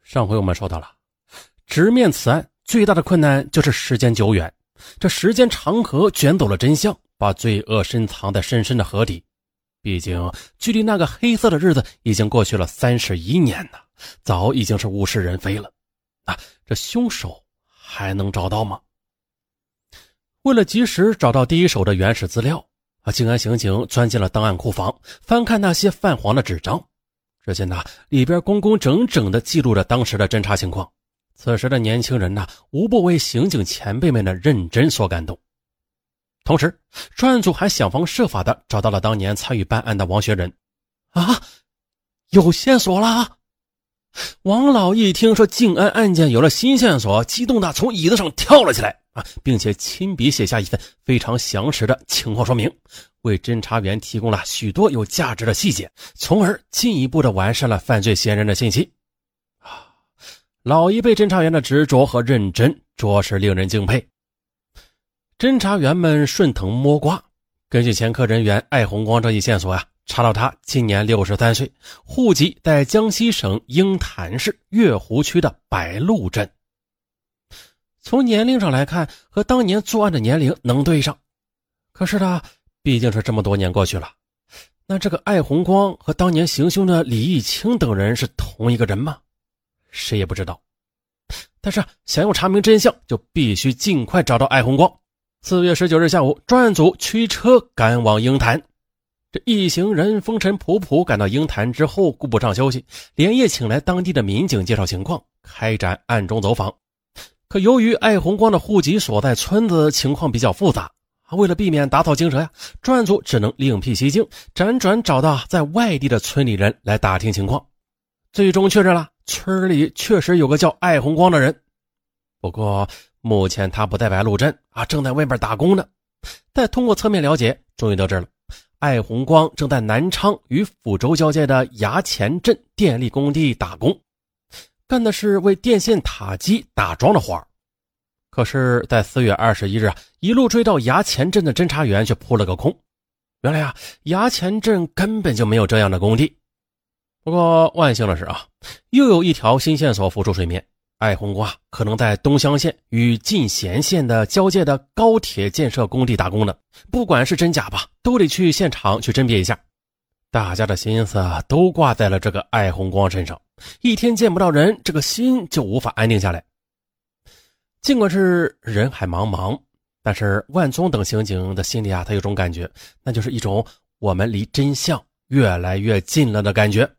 上回我们说到了，直面此案最大的困难就是时间久远，这时间长河卷走了真相，把罪恶深藏在深深的河底。毕竟距离那个黑色的日子已经过去了31年了，早已经是物是人非了。这凶手还能找到吗？为了及时找到第一手的原始资料，静安刑警钻进了档案库房，翻看那些泛黄的纸张。只见里边工工整整地记录着当时的侦查情况。此时的年轻人无不为刑警前辈们的认真所感动。同时专案组还想方设法地找到了当年参与办案的王学仁。有线索了！王老一听说静安案件有了新线索，激动地从椅子上跳了起来，并且亲笔写下一份非常详实的情况说明，为侦查员提供了许多有价值的细节，从而进一步地完善了犯罪嫌疑人的信息。老一辈侦查员的执着和认真着实令人敬佩。侦查员们顺藤摸瓜，根据前科人员艾红光这一线索查到他今年63岁，户籍在江西省鹰潭市月湖区的白鹿镇。从年龄上来看，和当年作案的年龄能对上。可是毕竟是这么多年过去了，那这个艾红光和当年行凶的李义清等人是同一个人吗？谁也不知道。但是想要查明真相，就必须尽快找到艾红光。4月19日下午，专案组驱车赶往鹰潭。这一行人风尘仆仆赶到鹰潭之后，顾不上休息，连夜请来当地的民警介绍情况，开展暗中走访。可由于艾红光的户籍所在村子情况比较复杂，为了避免打草惊蛇专案组只能另辟蹊径，辗转找到在外地的村里人来打听情况。最终确认了村里确实有个叫艾红光的人，不过目前他不在白鹿镇正在外边打工呢。但通过侧面了解，终于得知了艾红光正在南昌与抚州交界的衙前镇电力工地打工，干的是为电线塔基打桩的活儿。可是在4月21日一路追到衙前镇的侦查员却扑了个空。原来衙前镇根本就没有这样的工地。不过万幸的是又有一条新线索浮出水面，艾红光可能在东乡县与进贤县的交界的高铁建设工地打工的，不管是真假吧，都得去现场去甄别一下。大家的心思都挂在了这个艾红光身上，一天见不到人，这个心就无法安定下来。尽管是人海茫茫，但是万宗等刑警的心里他有种感觉，那就是一种我们离真相越来越近了的感觉。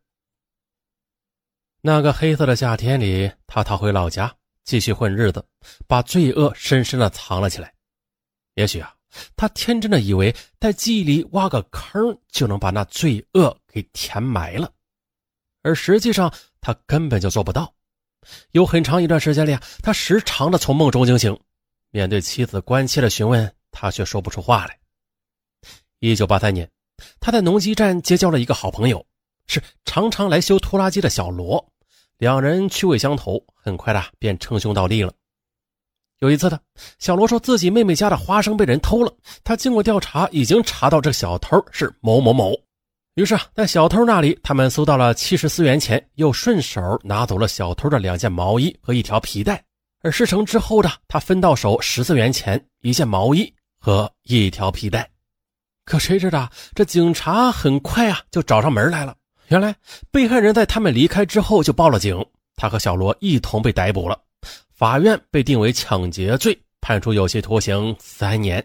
那个黑色的夏天里，他逃回老家继续混日子，把罪恶深深地藏了起来。也许他天真的以为在记忆里挖个坑就能把那罪恶给填埋了，而实际上他根本就做不到。有很长一段时间里他时常的从梦中惊醒，面对妻子关切的询问，他却说不出话来。1983年，他在农机站结交了一个好朋友，是常常来修拖拉机的小罗，两人趣味相投，很快便称兄道弟了。有一次小罗说自己妹妹家的花生被人偷了，他经过调查已经查到这小偷是某某某。于是在小偷那里他们搜到了74元钱，又顺手拿走了小偷的2件毛衣和1条皮带。而事成之后他分到手14元钱、1件毛衣和1条皮带。可谁知道这警察很快就找上门来了。原来被害人在他们离开之后就报了警，他和小罗一同被逮捕了，法院被定为抢劫罪，判处有期徒刑3年。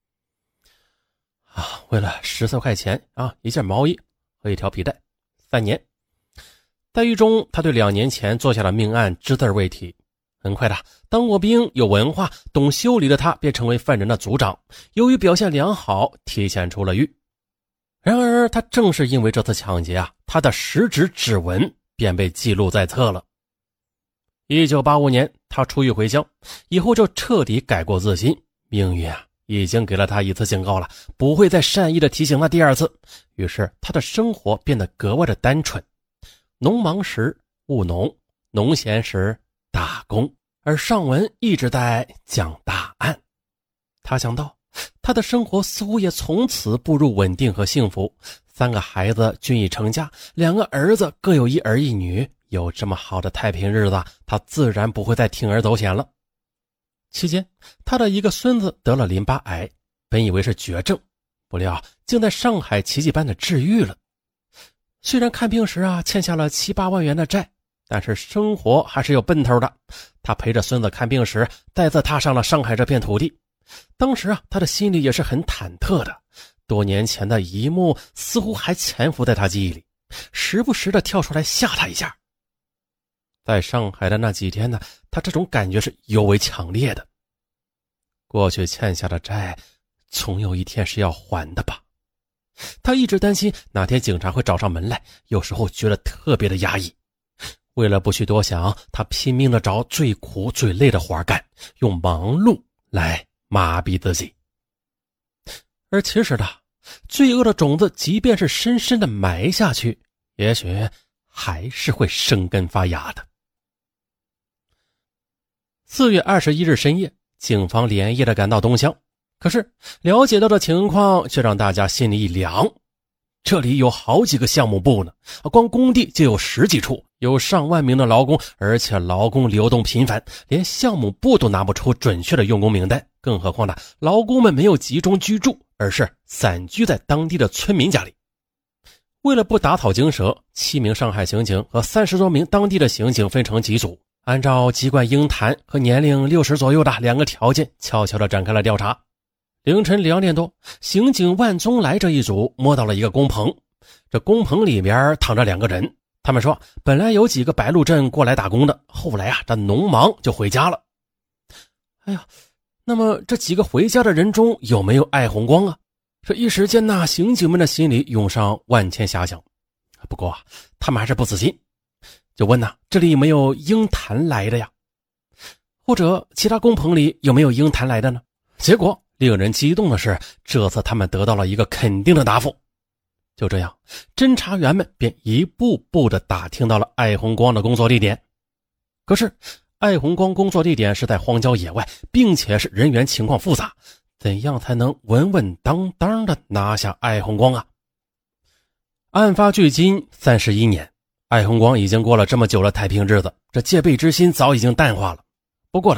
为了14块钱1件毛衣和1条皮带，3年。在狱中他对2年前做下的命案只字未提。很快当过兵有文化懂修理的他便成为犯人的组长，由于表现良好提前出了狱。然而他正是因为这次抢劫他的食指指纹便被记录在册了。1985年他出狱回乡以后就彻底改过自新，命运已经给了他一次警告了，不会再善意的提醒他第二次。于是他的生活变得格外的单纯，农忙时务农，农闲时打工，而上文一直在讲大案。他想到他的生活似乎也从此步入稳定和幸福，3个孩子均已成家，2个儿子各有1儿1女， 有这么好的太平日子，他自然不会再铤而走险了。期间，他的一个孙子得了淋巴癌，本以为是绝症，不料竟在上海奇迹般的治愈了。虽然看病时欠下了7、8万元的债，但是生活还是有奔头的。他陪着孙子看病时，再次踏上了上海这片土地。当时他的心里也是很忐忑的，多年前的一幕似乎还潜伏在他记忆里，时不时的跳出来吓他一下。在上海的那几天呢，他这种感觉是尤为强烈的。过去欠下的债，总有一天是要还的吧。他一直担心哪天警察会找上门来，有时候觉得特别的压抑。为了不去多想，他拼命的找最苦最累的活干，用忙碌来麻痹自己。而其实罪恶的种子即便是深深的埋下去，也许还是会生根发芽的。4月21日深夜，警方连夜的赶到东乡，可是了解到的情况却让大家心里一凉。这里有好几个项目部呢，光工地就有10几处，有上万名的劳工，而且劳工流动频繁，连项目部都拿不出准确的用工名单，更何况劳工们没有集中居住，而是散居在当地的村民家里。为了不打草惊蛇，7名上海刑警和30多名当地的刑警分成几组，按照籍贯英谈和年龄60左右的2个条件，悄悄地展开了调查。凌晨2点多，刑警万宗来这一组摸到了一个工棚，这工棚里边躺着2个人。他们说本来有几个白鹿镇过来打工的，后来这农忙就回家了。哎呀，那么这几个回家的人中有没有艾红光啊？这一时间刑警们的心里涌上万千遐想。不过他们还是不死心，就问这里有没有英坛来的呀？或者其他工棚里有没有英坛来的呢？结果令人激动的是，这次他们得到了一个肯定的答复。就这样，侦查员们便一步步地打听到了艾红光的工作地点。可是艾红光工作地点是在荒郊野外，并且是人员情况复杂，怎样才能稳稳当当地拿下艾红光啊？案发距今31年，艾红光已经过了这么久的太平日子，这戒备之心早已经淡化了。不过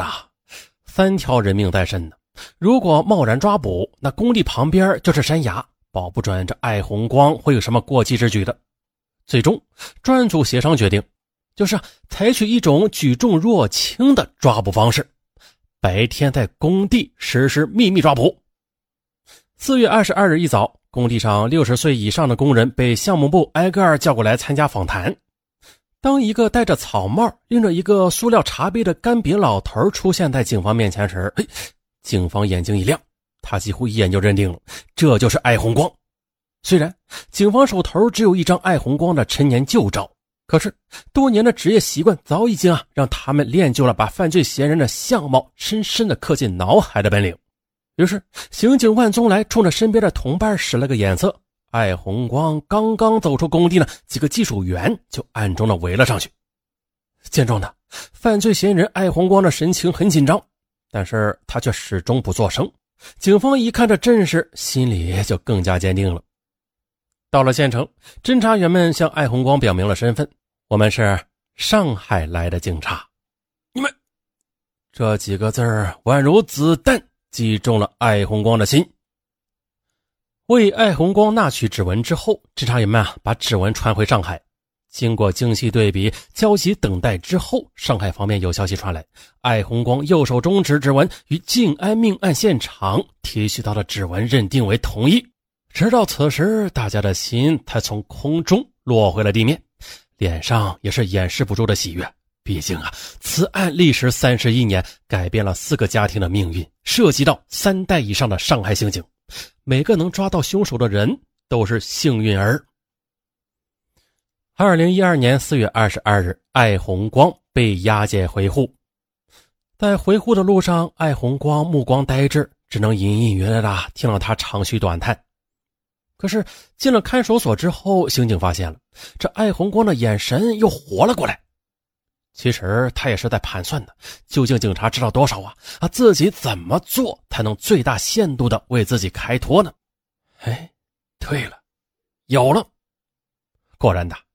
3条人命在身呢，如果贸然抓捕，那工地旁边就是山崖，保不准这艾红光会有什么过激之举的。最终专案组协商决定，就是采取一种举重若轻的抓捕方式，白天在工地实施秘密抓捕。4月22日一早，工地上60岁以上的工人被项目部挨个叫过来参加访谈。当一个戴着草帽拎着一个塑料茶杯的干瘪老头出现在警方面前时，警方眼睛一亮，他几乎一眼就认定了这就是艾红光。虽然警方手头只有一张艾红光的陈年旧照，可是多年的职业习惯早已经让他们练就了把犯罪嫌疑人的相貌深深地刻进脑海的本领。于是刑警万宗来冲着身边的同伴使了个眼色，艾红光刚刚走出工地呢，几个技术员就暗中的围了上去。见状犯罪嫌疑人艾红光的神情很紧张，但是他却始终不作声。警方一看这阵势，心里就更加坚定了。到了县城，侦查员们向艾红光表明了身份，我们是上海来的警察。你们，这几个字宛如子弹击中了艾红光的心。为艾红光纳取指纹之后，侦查员们把指纹传回上海。经过精细对比、焦急等待之后，上海方面有消息传来，艾红光右手中指指纹与静安命案现场提取到的指纹认定为同一。直到此时，大家的心才从空中落回了地面，脸上也是掩饰不住的喜悦。毕竟此案历时31年，改变了4个家庭的命运，涉及到3代以上的上海刑警，每个能抓到凶手的人都是幸运儿。2012年4月22日，艾红光被押解回沪。在回沪的路上，艾红光目光呆滞，只能隐隐约约的听到他长吁短叹。可是进了看守所之后，刑警发现了这艾红光的眼神又活了过来。其实他也是在盘算的，究竟警察知道多少自己怎么做才能最大限度的为自己开脱呢？对了，有了。果然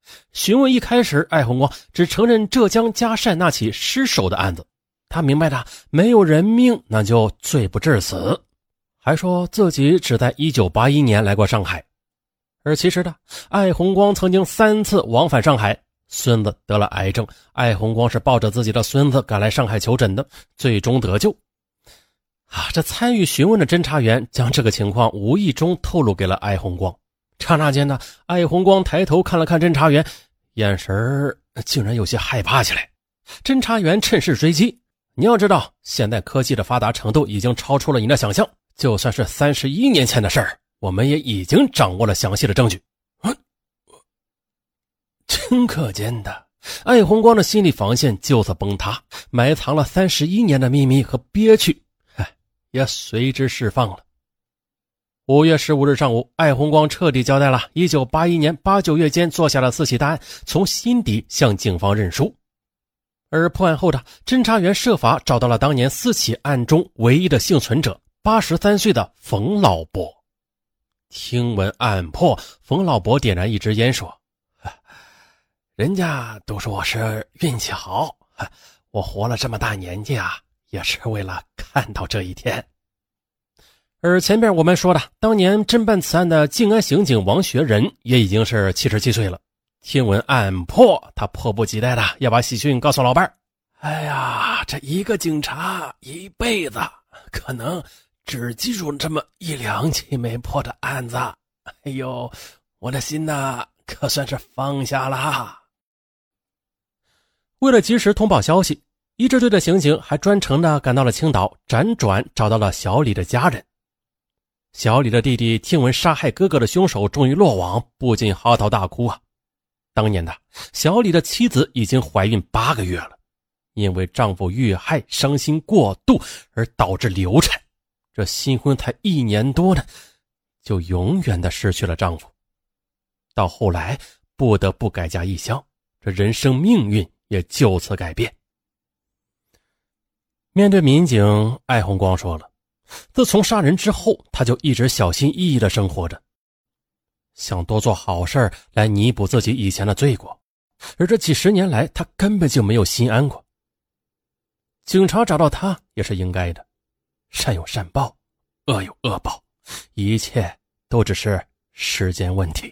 询问一开始，艾红光只承认浙江嘉善那起失手的案子，他明白的，没有人命那就罪不至死，还说自己只在1981年来过上海。而其实的，艾红光曾经3次往返上海，孙子得了癌症，艾红光是抱着自己的孙子赶来上海求诊的，最终得救。这参与询问的侦查员将这个情况无意中透露给了艾红光。刹那间呢，艾红光抬头看了看侦查员，眼神竟然有些害怕起来。侦查员趁势追击，你要知道，现代科技的发达程度已经超出了你的想象，就算是31年前的事儿，我们也已经掌握了详细的证据。顷刻间的，艾红光的心理防线就此崩塌，埋藏了31年的秘密和憋屈也随之释放了。5月15日上午，艾红光彻底交代了1981年8、9月间做下的4起大案，从心底向警方认输。而破案后的侦查员设法找到了当年4起案中唯一的幸存者83岁的冯老伯。听闻案破，冯老伯点燃一支烟说，人家都说我是运气好，我活了这么大年纪也是为了看到这一天。而前边我们说的，当年侦办此案的静安刑警王学仁也已经是77岁了。听闻案破，他迫不及待的要把喜讯告诉老伴儿。哎呀，这一个警察一辈子可能只记住这么1、2起没破的案子，哎呦，我的心可算是放下了。为了及时通报消息，一支队的刑警还专程的赶到了青岛，辗转找到了小李的家人。小李的弟弟听闻杀害哥哥的凶手终于落网，不禁嚎啕大哭当年的小李的妻子已经怀孕8个月了，因为丈夫遇害伤心过度而导致流产，这新婚才1年多呢，就永远的失去了丈夫。到后来不得不改嫁异乡，这人生命运也就此改变。面对民警，艾红光说了，自从杀人之后，他就一直小心翼翼地生活着，想多做好事来弥补自己以前的罪过，而这几10年来他根本就没有心安过。警察找到他也是应该的，善有善报，恶有恶报，一切都只是时间问题。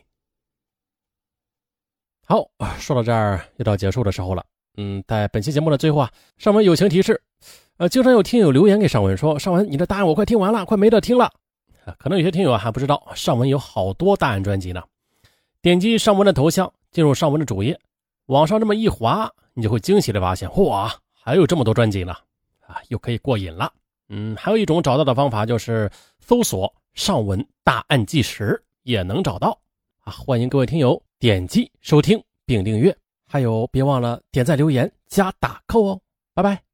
好，说到这儿又到结束的时候了。在本期节目的最后尚文友情提示，经常有听友留言给尚文说，尚文你的答案我快听完了，快没得听了。可能有些听友还不知道，尚文有好多答案专辑呢。点击尚文的头像，进入尚文的主页，往上这么一滑，你就会惊喜的发现，哇，还有这么多专辑呢，又可以过瘾了。还有一种找到的方法就是搜索尚文大案纪实也能找到欢迎各位听友点击收听并订阅，还有别忘了点赞留言加打扣哦，拜拜。